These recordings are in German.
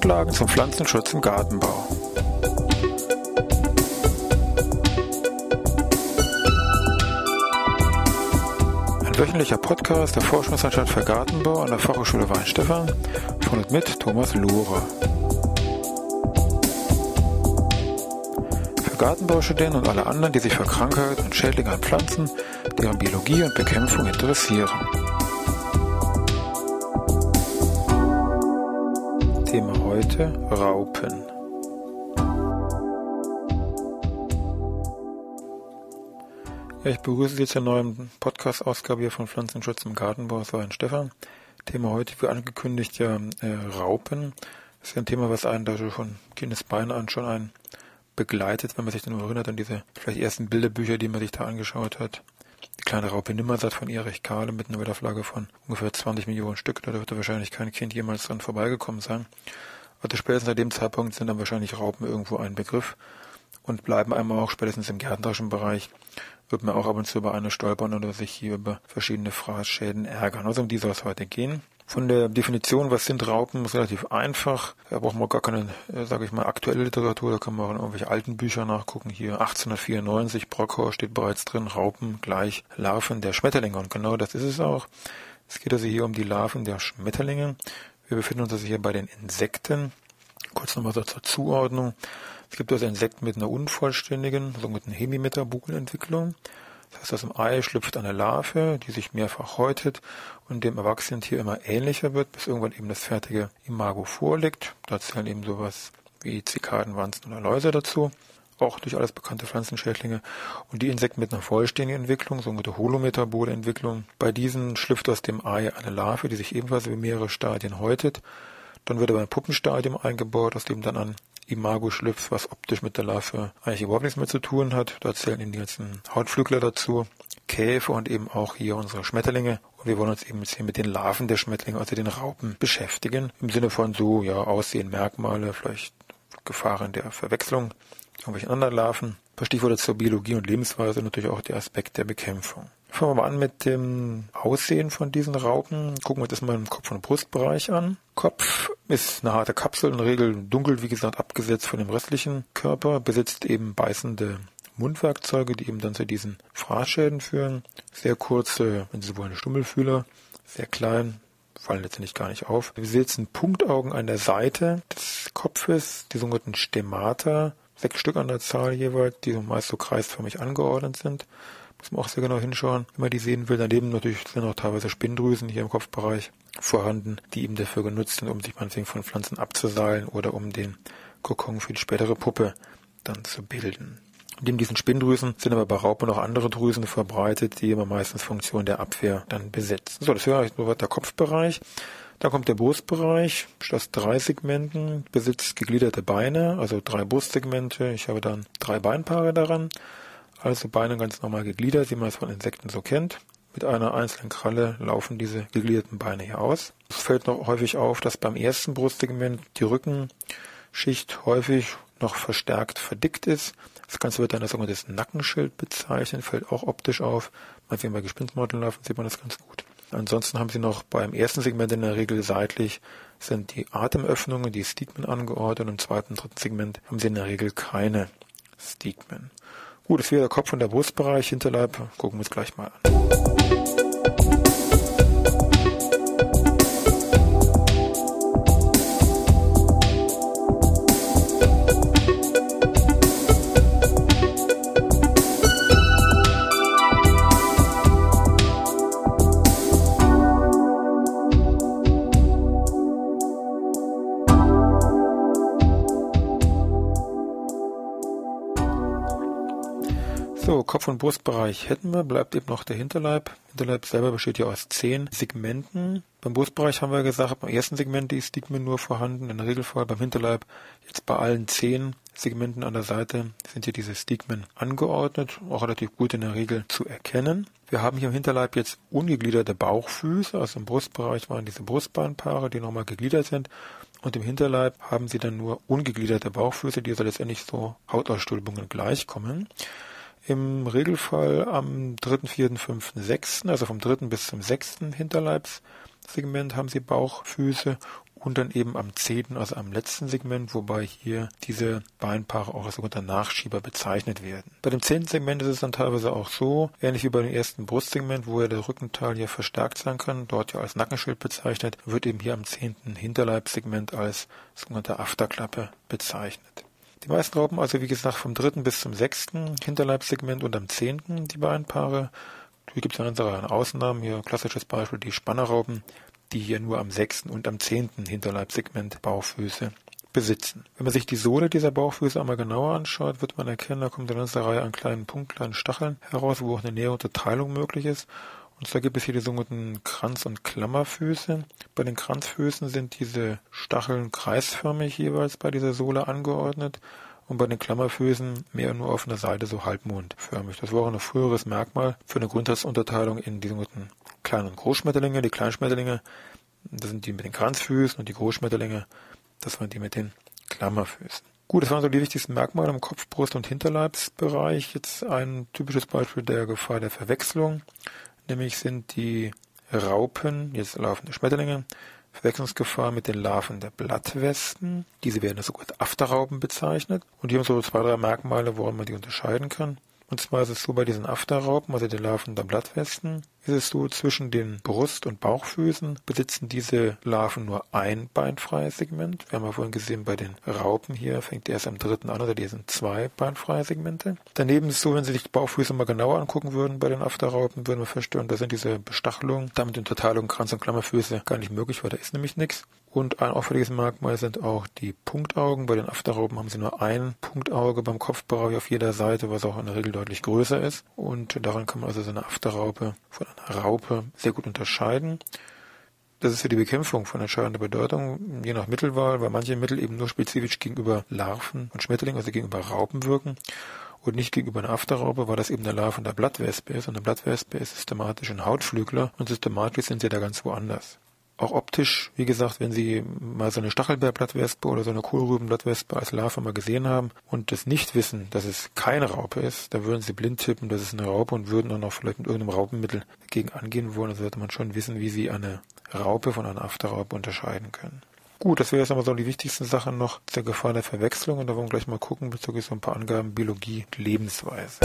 Grundlagen zum Pflanzenschutz im Gartenbau. Ein wöchentlicher Podcast der Forschungsanstalt für Gartenbau an der Fachhochschule Weihenstephan von und mit Thomas Lohrer. Für Gartenbaustudenten und alle anderen, die sich für Krankheiten und Schädlinge an Pflanzen, deren Biologie und Bekämpfung interessieren. Thema heute: Raupen. Ja, ich begrüße Sie zur neuen Podcast-Ausgabe hier von Pflanzenschutz im Gartenbau aus Weihenstephan. Thema heute, wie angekündigt, Raupen. Das ist ein Thema, was einen da schon von Kindesbeinen an schon einen begleitet, wenn man sich dann erinnert an diese vielleicht ersten Bilderbücher, die man sich da angeschaut hat. Die kleine Raupe Nimmersatt von Erich Kahle mit einer Wiederflagge von ungefähr 20 Millionen Stück. Da dürfte wahrscheinlich kein Kind jemals dran vorbeigekommen sein. Also spätestens seit dem Zeitpunkt sind dann wahrscheinlich Raupen irgendwo ein Begriff und bleiben einmal auch spätestens im gärtnerischen Bereich. Wird man auch ab und zu über eine stolpern oder sich hier über verschiedene Fraßschäden ärgern. Also um die soll es heute gehen. Von der Definition, was sind Raupen, ist relativ einfach. Da braucht man gar keine, aktuelle Literatur. Da kann man auch in irgendwelche alten Bücher nachgucken. Hier 1894, Brockhaus steht bereits drin, Raupen gleich Larven der Schmetterlinge. Und genau das ist es auch. Es geht also hier um die Larven der Schmetterlinge. Wir befinden uns also hier bei den Insekten. Kurz nochmal so zur Zuordnung. Es gibt also Insekten mit einer unvollständigen, sogenannten Hemimetabolenentwicklung. Das heißt, aus dem Ei schlüpft eine Larve, die sich mehrfach häutet und dem Erwachsenentier immer ähnlicher wird, bis irgendwann eben das fertige Imago vorliegt. Da zählen eben sowas wie Zikaden, Wanzen oder Läuse dazu. Auch durch alles bekannte Pflanzenschädlinge. Und die Insekten mit einer vollständigen Entwicklung, sogenannte holometabole Entwicklung. Bei diesen schlüpft aus dem Ei eine Larve, die sich ebenfalls über mehrere Stadien häutet. Dann wird aber ein Puppenstadium eingebaut, aus dem dann ein Imago schlüpft, was optisch mit der Larve eigentlich überhaupt nichts mehr zu tun hat. Da zählen eben die ganzen Hautflügler dazu, Käfer und eben auch hier unsere Schmetterlinge. Und wir wollen uns eben jetzt hier mit den Larven der Schmetterlinge, also den Raupen, beschäftigen. Im Sinne von so, Aussehen, Merkmale, vielleicht Gefahren der Verwechslung, irgendwelche anderen Larven. Ein paar Stichworte zur Biologie und Lebensweise und natürlich auch der Aspekt der Bekämpfung. Fangen wir mal an mit dem Aussehen von diesen Raupen. Gucken wir uns das mal im Kopf- und Brustbereich an. Kopf ist eine harte Kapsel, in der Regel dunkel, wie gesagt, abgesetzt von dem restlichen Körper, besitzt eben beißende Mundwerkzeuge, die eben dann zu diesen Fraßschäden führen. Sehr kurze, wenn Sie wollen, Stummelfühler, sehr klein, fallen letztendlich gar nicht auf. Wir besitzen Punktaugen an der Seite des Kopfes, die sogenannten Stemmata, 6 Stück an der Zahl jeweils, die meist so kreisförmig angeordnet sind. Muss man auch sehr genau hinschauen, wenn man die sehen will. Daneben natürlich sind auch teilweise Spinndrüsen hier im Kopfbereich vorhanden, die eben dafür genutzt sind, um sich meinetwegen von Pflanzen abzuseilen oder um den Kokon für die spätere Puppe dann zu bilden. Neben diesen Spinndrüsen sind aber bei Raupen noch andere Drüsen verbreitet, die immer meistens Funktion der Abwehr dann besetzen. So, das wäre soweit der Kopfbereich. Dann kommt der Brustbereich, aus 3 Segmenten, besitzt gegliederte Beine, also 3 Brustsegmente. Ich habe dann 3 Beinpaare daran. Also Beine ganz normal gegliedert, wie man es von Insekten so kennt. Mit einer einzelnen Kralle laufen diese gegliederten Beine hier aus. Es fällt noch häufig auf, dass beim ersten Brustsegment die Rückenschicht häufig noch verstärkt verdickt ist. Das Ganze wird dann als sogenanntes Nackenschild bezeichnet, fällt auch optisch auf. Manchmal bei Gespinstmorteln laufen, sieht man das ganz gut. Ansonsten haben Sie noch beim ersten Segment in der Regel seitlich sind die Atemöffnungen, die Stigmen angeordnet, und im zweiten und dritten Segment haben Sie in der Regel keine Stigmen. Gut, das wäre der Kopf- und der Brustbereich. Hinterleib gucken wir uns gleich mal an. So, Kopf- und Brustbereich hätten wir, bleibt eben noch der Hinterleib. Hinterleib selber besteht ja aus 10 Segmenten. Beim Brustbereich haben wir gesagt, beim ersten Segment die Stigmen nur vorhanden, in der Regelfall beim Hinterleib. Jetzt bei allen 10 Segmenten an der Seite sind hier diese Stigmen angeordnet, auch relativ gut in der Regel zu erkennen. Wir haben hier im Hinterleib jetzt ungegliederte Bauchfüße, also im Brustbereich waren diese Brustbeinpaare, die nochmal gegliedert sind. Und im Hinterleib haben sie dann nur ungegliederte Bauchfüße, die also letztendlich so Hautausstülpungen gleichkommen. Im Regelfall am 3., 4., 5., 6., also vom 3. bis zum 6. Hinterleibssegment Segment haben sie Bauchfüße und dann eben am 10., also am letzten Segment, wobei hier diese Beinpaare auch als sogenannter Nachschieber bezeichnet werden. Bei dem 10. Segment ist es dann teilweise auch so, ähnlich wie bei dem ersten Brustsegment, wo ja der Rückenteil hier verstärkt sein kann, dort ja als Nackenschild bezeichnet, wird eben hier am 10. Hinterleibssegment als sogenannte Afterklappe bezeichnet. Die meisten Raupen also, wie gesagt, vom 3. bis zum 6. Hinterleibssegment und am 10. die Beinpaare. Hier gibt es eine ganze Reihe an Ausnahmen. Hier klassisches Beispiel die Spannerraupen, die hier nur am 6. und am 10. Hinterleibssegment Bauchfüße besitzen. Wenn man sich die Sohle dieser Bauchfüße einmal genauer anschaut, wird man erkennen, da kommt eine ganze Reihe an kleinen Punkten, kleinen Stacheln heraus, wo auch eine nähere Unterteilung möglich ist. Und zwar gibt es hier die sogenannten Kranz- und Klammerfüße. Bei den Kranzfüßen sind diese Stacheln kreisförmig jeweils bei dieser Sohle angeordnet. Und bei den Klammerfüßen mehr nur auf einer Seite so halbmondförmig. Das war auch ein früheres Merkmal für eine Grundsatzunterteilung in die sogenannten Klein- und Großschmetterlinge. Die Kleinschmetterlinge, das sind die mit den Kranzfüßen, und die Großschmetterlinge, das waren die mit den Klammerfüßen. Gut, das waren so die wichtigsten Merkmale im Kopf-, Brust- und Hinterleibsbereich. Jetzt ein typisches Beispiel der Gefahr der Verwechslung. Nämlich sind die Raupen, jetzt laufende Schmetterlinge, Verwechslungsgefahr mit den Larven der Blattwespen. Diese werden als sogenannte Afterraupen bezeichnet. Und die haben so 2, 3 Merkmale, woran man die unterscheiden kann. Und zwar ist es so, bei diesen Afterraupen, also den Larven der Blattwespen, ist es so, zwischen den Brust- und Bauchfüßen besitzen diese Larven nur ein beinfreies Segment. Wir haben ja vorhin gesehen, bei den Raupen hier fängt erst am 3. an, oder die sind 2 beinfreie Segmente. Daneben ist es so, wenn Sie sich die Bauchfüße mal genauer angucken würden bei den Afterraupen, würden wir feststellen, da sind diese Bestachelungen, damit die Unterteilung Kranz- und Klammerfüße gar nicht möglich, weil da ist nämlich nichts. Und ein auffälliges Merkmal sind auch die Punktaugen. Bei den Afterraupen haben sie nur ein Punktauge beim Kopfbereich auf jeder Seite, was auch in der Regel deutlich größer ist. Und daran kann man also so eine Afterraupe von einer Raupe sehr gut unterscheiden. Das ist für die Bekämpfung von entscheidender Bedeutung, je nach Mittelwahl, weil manche Mittel eben nur spezifisch gegenüber Larven und Schmetterlingen, also gegenüber Raupen wirken und nicht gegenüber einer Afterraupe, weil das eben eine Larve der Blattwespe ist. Und eine Blattwespe ist systematisch ein Hautflügler und systematisch sind sie da ganz woanders. Auch optisch, wie gesagt, wenn Sie mal so eine Stachelbeerblattwespe oder so eine Kohlrübenblattwespe als Larve mal gesehen haben und das nicht wissen, dass es keine Raupe ist, da würden Sie blind tippen, das ist eine Raupe und würden dann auch vielleicht mit irgendeinem Raupenmittel dagegen angehen wollen. Also sollte man schon wissen, wie Sie eine Raupe von einer Afterraupe unterscheiden können. Gut, das wäre jetzt aber so die wichtigsten Sachen noch zur Gefahr der Verwechslung und da wollen wir gleich mal gucken bezüglich so ein paar Angaben Biologie und Lebensweise.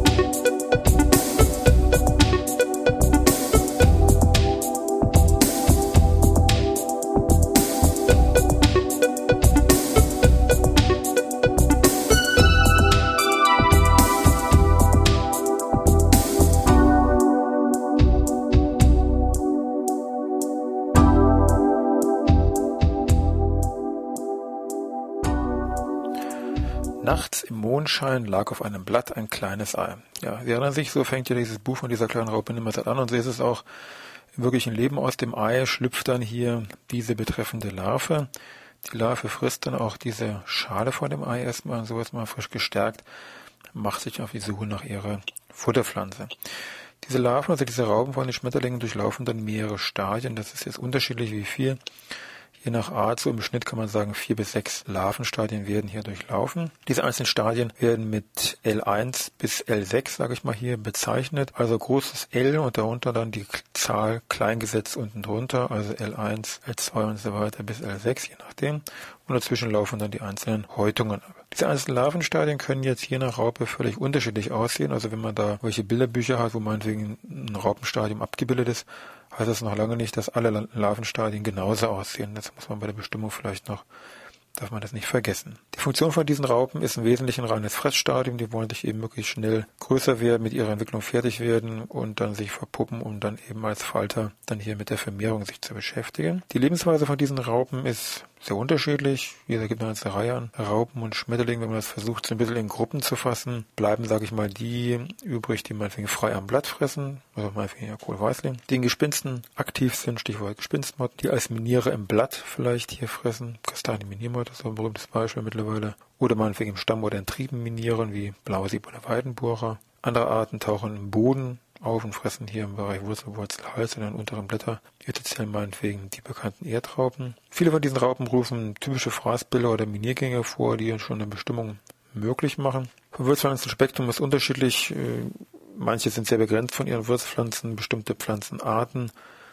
Nachts im Mondschein lag auf einem Blatt ein kleines Ei. Ja, Sie erinnern sich, so fängt ja dieses Buch von dieser kleinen Raupe Nimmersatt an und so ist es auch im wirklichen Leben. Aus dem Ei schlüpft dann hier diese betreffende Larve. Die Larve frisst dann auch diese Schale vor dem Ei erstmal, so erstmal frisch gestärkt, macht sich auf die Suche nach ihrer Futterpflanze. Diese Larven, also diese Raupen von den Schmetterlingen, durchlaufen dann mehrere Stadien. Das ist jetzt unterschiedlich wie viel. Je nach Art, so im Schnitt kann man sagen, 4 bis 6 Larvenstadien werden hier durchlaufen. Diese einzelnen Stadien werden mit L1 bis L6, sage ich mal hier, bezeichnet. Also großes L und darunter dann die Zahl klein gesetzt unten drunter, also L1, L2 und so weiter bis L6, je nachdem. Und dazwischen laufen dann die einzelnen Häutungen ab. Diese einzelnen Larvenstadien können jetzt je nach Raupe völlig unterschiedlich aussehen. Also wenn man da welche Bilderbücher hat, wo meinetwegen ein Raupenstadium abgebildet ist, heißt das noch lange nicht, dass alle Larvenstadien genauso aussehen. Das muss man bei der Bestimmung vielleicht noch, darf man das nicht vergessen. Die Funktion von diesen Raupen ist im Wesentlichen ein reines Fressstadium. Die wollen sich eben möglichst schnell größer werden, mit ihrer Entwicklung fertig werden und dann sich verpuppen, um dann eben als Falter dann hier mit der Vermehrung sich zu beschäftigen. Die Lebensweise von diesen Raupen ist sehr unterschiedlich. Jeder gibt eine ganze Reihe an Raupen und Schmetterlingen. Wenn man das versucht, so ein bisschen in Gruppen zu fassen, bleiben, sage ich mal, die übrig, die meinetwegen frei am Blatt fressen, also meinetwegen ja Kohlweißling, die in Gespinsten aktiv sind, Stichwort Gespinstmotten, die als Miniere im Blatt vielleicht hier fressen, Kastanienminiermotte ist so ein berühmtes Beispiel mittlerweile, oder meinetwegen im Stamm oder in Trieben minieren, wie Blausieb oder Weidenbucher. Andere Arten tauchen im Boden auf und fressen hier im Bereich Wurzel, Hals in den unteren Blätter, essentiell meinetwegen die bekannten Erdraupen. Viele von diesen Raupen rufen typische Fraßbilder oder Miniergänge vor, die schon eine Bestimmung möglich machen. Vom Wirtspflanzenspektrum ist unterschiedlich. Manche sind sehr begrenzt von ihren Wirtspflanzen, bestimmte Pflanzenarten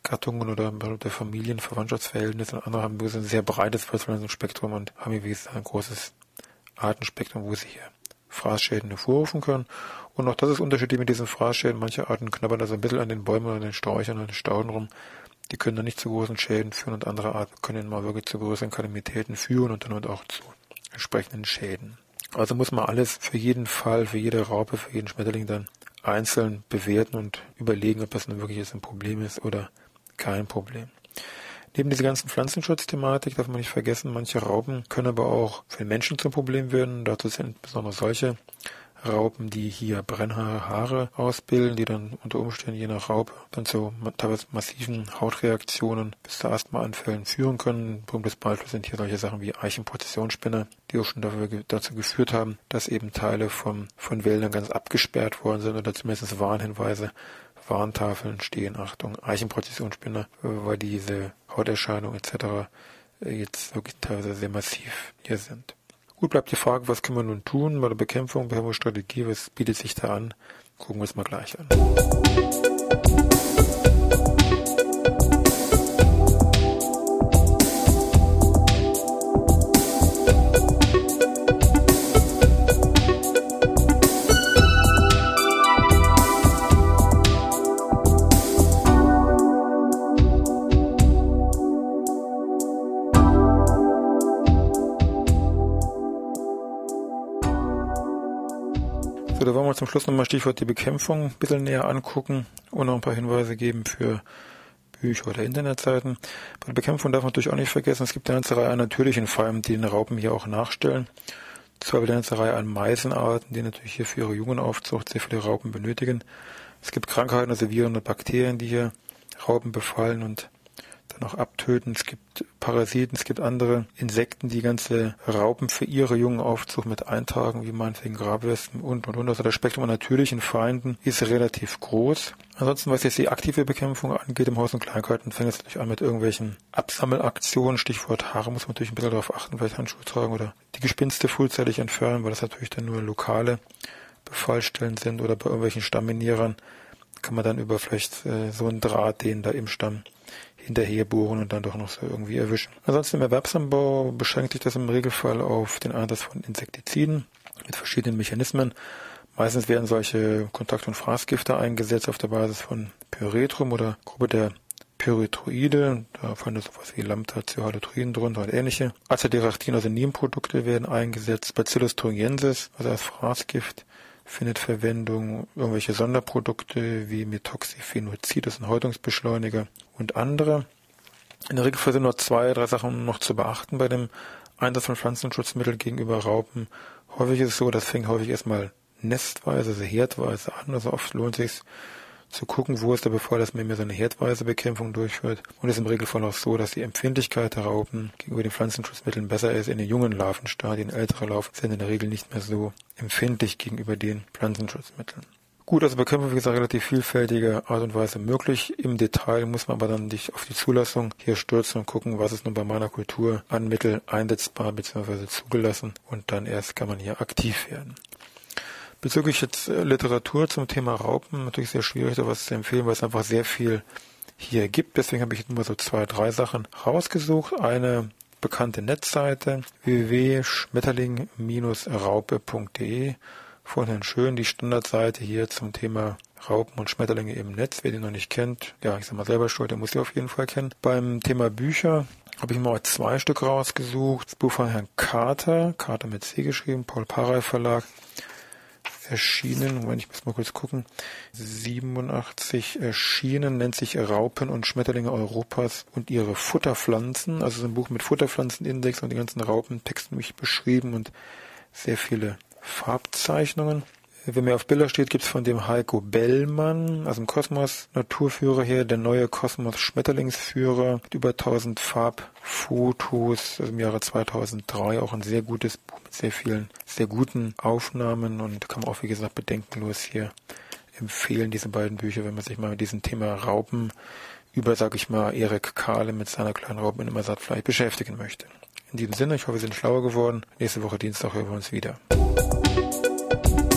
Gattungen oder bestimmte Familien, Verwandtschaftsverhältnisse und andere haben ein sehr breites Pflanzenspektrum und haben hier, wie gesagt, ein großes Artenspektrum, wo sie hier Fraßschäden hervorrufen können. Und auch das ist unterschiedlich mit diesen Fraßschäden. Manche Arten knabbern also ein bisschen an den Bäumen oder an den Sträuchern oder den Stauden rum. Die können dann nicht zu großen Schäden führen und andere Arten können mal wirklich zu größeren Kalamitäten führen und dann auch zu entsprechenden Schäden. Also muss man alles für jeden Fall, für jede Raupe, für jeden Schmetterling dann einzeln bewerten und überlegen, ob das nun wirklich jetzt ein Problem ist oder kein Problem. Neben dieser ganzen Pflanzenschutzthematik darf man nicht vergessen, manche Raupen können aber auch für den Menschen zum Problem werden. Dazu sind besonders solche Raupen, die hier Brennhaare ausbilden, die dann unter Umständen je nach Raupe dann zu teilweise massiven Hautreaktionen bis zu Asthmaanfällen führen können. Ein berühmtes Beispiel sind hier solche Sachen wie Eichenprozessionsspinne, die auch schon dazu geführt haben, dass eben Teile von Wäldern ganz abgesperrt worden sind oder zumindest Warnhinweise, Warntafeln stehen, Achtung, Eichenprozessionsspinne, weil diese Hauterscheinungen etc. jetzt wirklich teilweise sehr massiv hier sind. Gut, bleibt die Frage, was können wir nun tun bei der Bekämpfungsstrategie, was bietet sich da an? Gucken wir es mal gleich an. So, da wollen wir zum Schluss nochmal Stichwort die Bekämpfung ein bisschen näher angucken und noch ein paar Hinweise geben für Bücher oder Internetseiten. Bei der Bekämpfung darf man natürlich auch nicht vergessen, es gibt eine ganze Reihe an natürlichen Feinden, die den Raupen hier auch nachstellen. Zwar eine ganze Reihe an Meisenarten, die natürlich hier für ihre Jungenaufzucht sehr viele Raupen benötigen. Es gibt Krankheiten, also Viren und Bakterien, die hier Raupen befallen und dann auch abtöten. Es gibt Parasiten, es gibt andere Insekten, die ganze Raupen für ihre Jungenaufzucht mit eintragen, wie meinetwegen Grabwespen und. Also das Spektrum an natürlichen Feinden ist relativ groß. Ansonsten, was jetzt die aktive Bekämpfung angeht im Haus- und Kleingarten, fängt es natürlich an mit irgendwelchen Absammelaktionen. Stichwort Haare muss man natürlich ein bisschen darauf achten, vielleicht Handschuhe tragen oder die Gespinste frühzeitig entfernen, weil das natürlich dann nur lokale Befallstellen sind oder bei irgendwelchen Stammminierern kann man dann über vielleicht so einen Draht, den da im Stamm hinterher bohren und dann doch noch so irgendwie erwischen. Ansonsten im Erwerbsanbau beschränkt sich das im Regelfall auf den Einsatz von Insektiziden mit verschiedenen Mechanismen. Meistens werden solche Kontakt- und Fraßgifte eingesetzt auf der Basis von Pyrethrum oder Gruppe der Pyrethroide. Da fallen sowas wie Lambda, Cyhalothrin drunter und ähnliche. Azadirachtin, also Nebenprodukte werden eingesetzt. Bacillus thuringiensis, also als Fraßgift, findet Verwendung. Irgendwelche Sonderprodukte wie Methoxyphenozid, das sind Häutungsbeschleuniger und andere. In der Regel sind nur 2, 3 Sachen noch zu beachten bei dem Einsatz von Pflanzenschutzmitteln gegenüber Raupen. Häufig ist es so, das fängt häufig erstmal nestweise, also herdweise an. Also oft lohnt es sich zu gucken, wo ist der Befall, dass man mir so eine herdweise Bekämpfung durchführt. Und es ist im Regelfall auch so, dass die Empfindlichkeit der Raupen gegenüber den Pflanzenschutzmitteln besser ist in den jungen Larvenstadien. Ältere Larven sind in der Regel nicht mehr so empfindlich gegenüber den Pflanzenschutzmitteln. Gut, also Bekämpfung, wie gesagt, relativ vielfältige Art und Weise möglich. Im Detail muss man aber dann nicht auf die Zulassung hier stürzen und gucken, was ist nun bei meiner Kultur an Mittel einsetzbar bzw. zugelassen und dann erst kann man hier aktiv werden. Bezüglich jetzt Literatur zum Thema Raupen, natürlich sehr schwierig, da was zu empfehlen, weil es einfach sehr viel hier gibt. Deswegen habe ich nur so 2, 3 Sachen rausgesucht. Eine bekannte Netzseite www.schmetterling-raupe.de von Herrn Schön, die Standardseite hier zum Thema Raupen und Schmetterlinge im Netz. Wer die noch nicht kennt, ja, ich sag mal selber schuld, der muss sie auf jeden Fall kennen. Beim Thema Bücher habe ich mal 2 Stück rausgesucht. Das Buch von Herrn Carter mit C geschrieben, Paul Parey Verlag. Erschienen, Moment, ich muss mal kurz gucken, 87 erschienen, nennt sich Raupen und Schmetterlinge Europas und ihre Futterpflanzen, also so ein Buch mit Futterpflanzenindex und die ganzen Raupentexten mich beschrieben und sehr viele Farbzeichnungen. Wenn mir auf Bilder steht, gibt's von dem Heiko Bellmann, also dem Kosmos Naturführer hier, der neue Kosmos Schmetterlingsführer mit über 1000 Farbfotos, also im Jahre 2003, auch ein sehr gutes Buch mit sehr vielen, sehr guten Aufnahmen und kann man auch, wie gesagt, bedenkenlos hier empfehlen, diese beiden Bücher, wenn man sich mal mit diesem Thema Raupen über, sag ich mal, Erik Kahle mit seiner kleinen Raupen in Immersat vielleicht beschäftigen möchte. In diesem Sinne, ich hoffe, wir sind schlauer geworden. Nächste Woche Dienstag hören wir uns wieder.